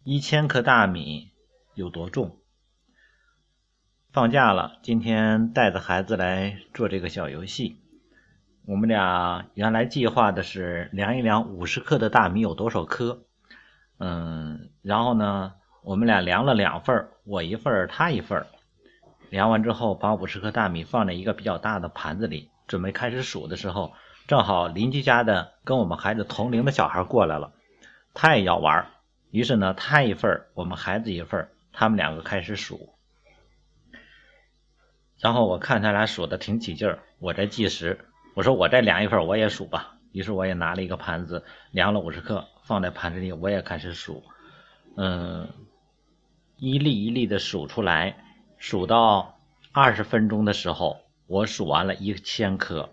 1000克大米有多重？放假了，今天带着孩子来做这个小游戏。我们俩原来计划的是量一量50克的大米有多少颗。然后呢，我们俩量了2份，我一份他一份。量完之后，把50克大米放在一个比较大的盘子里，准备开始数的时候，正好邻居家的跟我们孩子同龄的小孩过来了，他也要玩。于是呢，他一份，我们孩子一份，他们2个开始数。然后我看他俩数的挺起劲儿，我在计时，我说我再量一份我也数吧。于是我也拿了一个盘子，量了50克，放在盘子里，我也开始数。一粒一粒的数出来，数到20分钟的时候，我数完了1000克。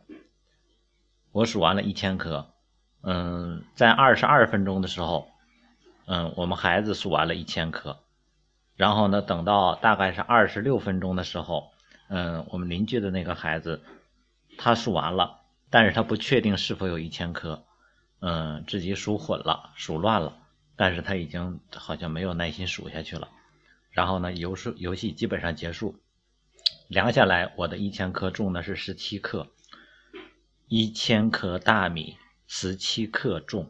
在22分钟的时候，我们孩子数完了1000克。然后呢，等到大概是26分钟的时候，我们邻居的那个孩子他数完了，但是他不确定是否有1000克，自己数混了，数乱了，但是他已经好像没有耐心数下去了。然后呢，游戏基本上结束，量下来我的1000克重的是17克，1000克大米17克重。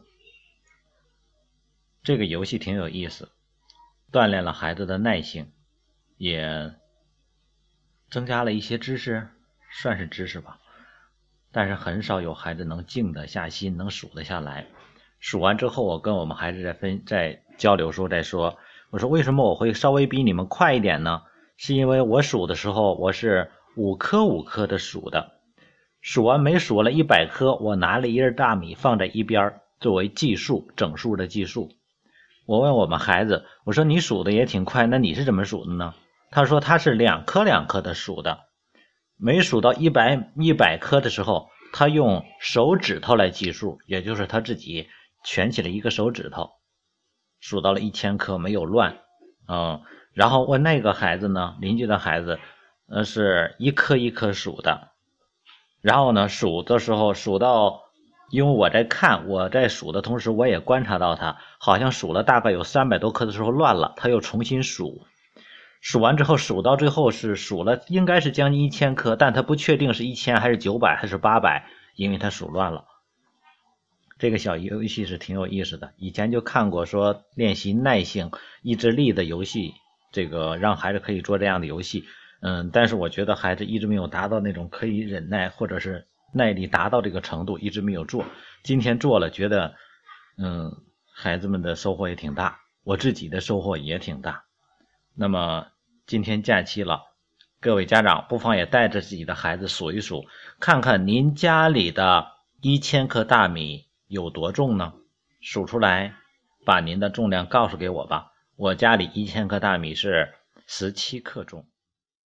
这个游戏挺有意思，锻炼了孩子的耐性，也增加了一些知识，算是知识吧。但是很少有孩子能静得下心，能数得下来。数完之后，我跟我们孩子在交流时候再说，我说为什么我会稍微比你们快一点呢？是因为我数的时候我是5颗5颗的数的，数完每数了100颗，我拿了一粒大米放在一边作为计数，整数的计数。我问我们孩子，我说你数的也挺快，那你是怎么数的呢？他说他是2颗2颗的数的，每数到100颗的时候，他用手指头来计数，也就是他自己蜷起了一个手指头，数到了1000颗，没有乱。然后问那个孩子呢，邻居的孩子，是1颗1颗数的。然后呢，数的时候数到，因为我在数的同时，我也观察到他好像数了大概有300多颗的时候乱了，他又重新数。数完之后，数到最后是数了应该是将近1000颗，但他不确定是1000还是900还是800，因为他数乱了。这个小游戏是挺有意思的，以前就看过说练习耐性意志力的游戏，这个让孩子可以做这样的游戏。但是我觉得孩子一直没有达到那种可以忍耐或者是耐力达到这个程度，一直没有做。今天做了，觉得孩子们的收获也挺大，我自己的收获也挺大。那么今天假期了，各位家长不妨也带着自己的孩子数一数，看看您家里的1000克大米有多重呢？数出来，把您的重量告诉给我吧。我家里1000克大米是17克重。